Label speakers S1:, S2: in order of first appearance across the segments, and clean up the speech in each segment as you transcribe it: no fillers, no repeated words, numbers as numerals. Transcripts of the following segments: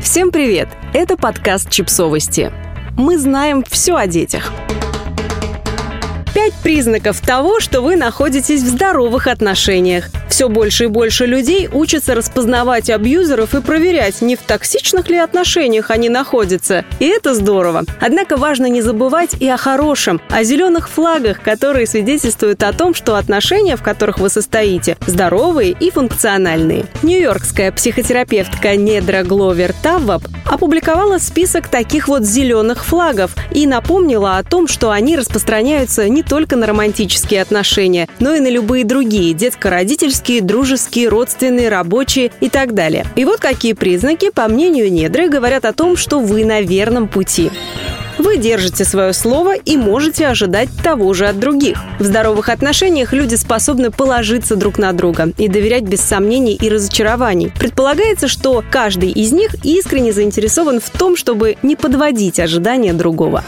S1: Всем привет! Это подкаст «Чипсовости». Мы знаем все о детях. 5 признаков того, что вы находитесь в здоровых отношениях. Все больше и больше людей учатся распознавать абьюзеров и проверять, не в токсичных ли отношениях они находятся. И это здорово. Однако важно не забывать и о хорошем, о зеленых флагах, которые свидетельствуют о том, что отношения, в которых вы состоите, здоровые и функциональные. Нью-йоркская психотерапевтка Недра Гловер Тавваб опубликовала список таких вот зеленых флагов и напомнила о том, что они распространяются не только на романтические отношения, но и на любые другие – детско-родительские, дружеские, родственные, рабочие и так далее. И вот какие признаки, по мнению Недры, говорят о том, что вы на верном пути. Вы держите свое слово и можете ожидать того же от других. В здоровых отношениях люди способны положиться друг на друга и доверять без сомнений и разочарований. Предполагается, что каждый из них искренне заинтересован в том, чтобы не подводить ожидания другого.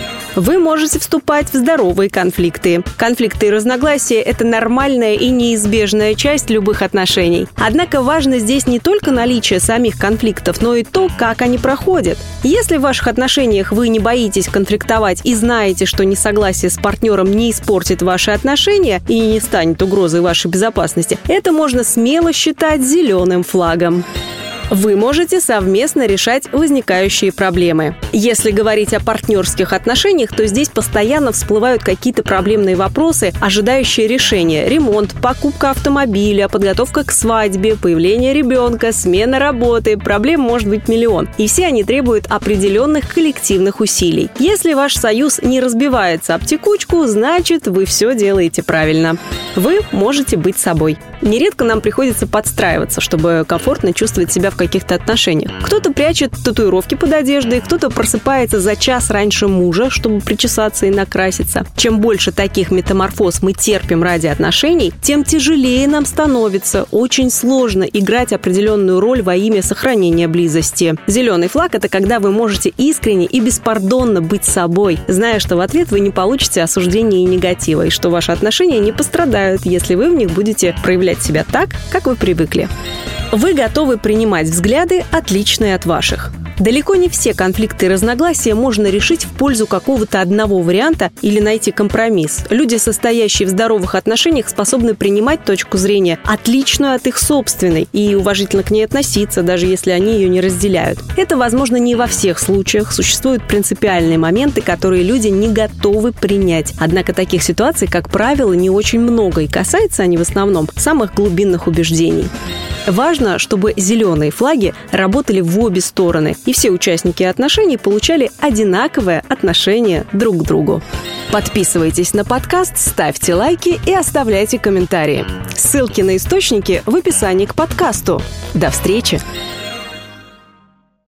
S1: Вы можете вступать в здоровые конфликты. Конфликты и разногласия – это нормальная и неизбежная часть любых отношений. Однако важно здесь не только наличие самих конфликтов, но и то, как они проходят. Если в ваших отношениях вы не боитесь конфликтовать и знаете, что несогласие с партнером не испортит ваши отношения и не станет угрозой вашей безопасности, это можно смело считать зеленым флагом. Вы можете совместно решать возникающие проблемы. Если говорить о партнерских отношениях, то здесь постоянно всплывают какие-то проблемные вопросы, ожидающие решения. Ремонт, покупка автомобиля, подготовка к свадьбе, появление ребенка, смена работы. Проблем может быть миллион. И все они требуют определенных коллективных усилий. Если ваш союз не разбивается об текучку, значит, вы все делаете правильно. Вы можете быть собой. Нередко нам приходится подстраиваться, чтобы комфортно чувствовать себя в каких-то отношениях. Кто-то прячет татуировки под одеждой, кто-то просыпается за час раньше мужа, чтобы причесаться и накраситься. Чем больше таких метаморфоз мы терпим ради отношений, тем тяжелее нам становится. Очень сложно играть определенную роль во имя сохранения близости. Зеленый флаг – это когда вы можете искренне и беспардонно быть собой, зная, что в ответ вы не получите осуждения и негатива, и что ваши отношения не пострадают, если вы в них будете проявлять себя так, как вы привыкли. Вы готовы принимать взгляды, отличные от ваших. Далеко не все конфликты и разногласия можно решить в пользу какого-то одного варианта или найти компромисс. Люди, состоящие в здоровых отношениях, способны принимать точку зрения, отличную от их собственной, и уважительно к ней относиться, даже если они ее не разделяют. Это возможно не во всех случаях. Существуют принципиальные моменты, которые люди не готовы принять. Однако таких ситуаций, как правило, не очень много, и касаются они в основном самых глубинных убеждений. Важно, чтобы зеленые флаги работали в обе стороны, и все участники отношений получали одинаковое отношение друг к другу. Подписывайтесь на подкаст, ставьте лайки и оставляйте комментарии. Ссылки на источники в описании к подкасту. До встречи!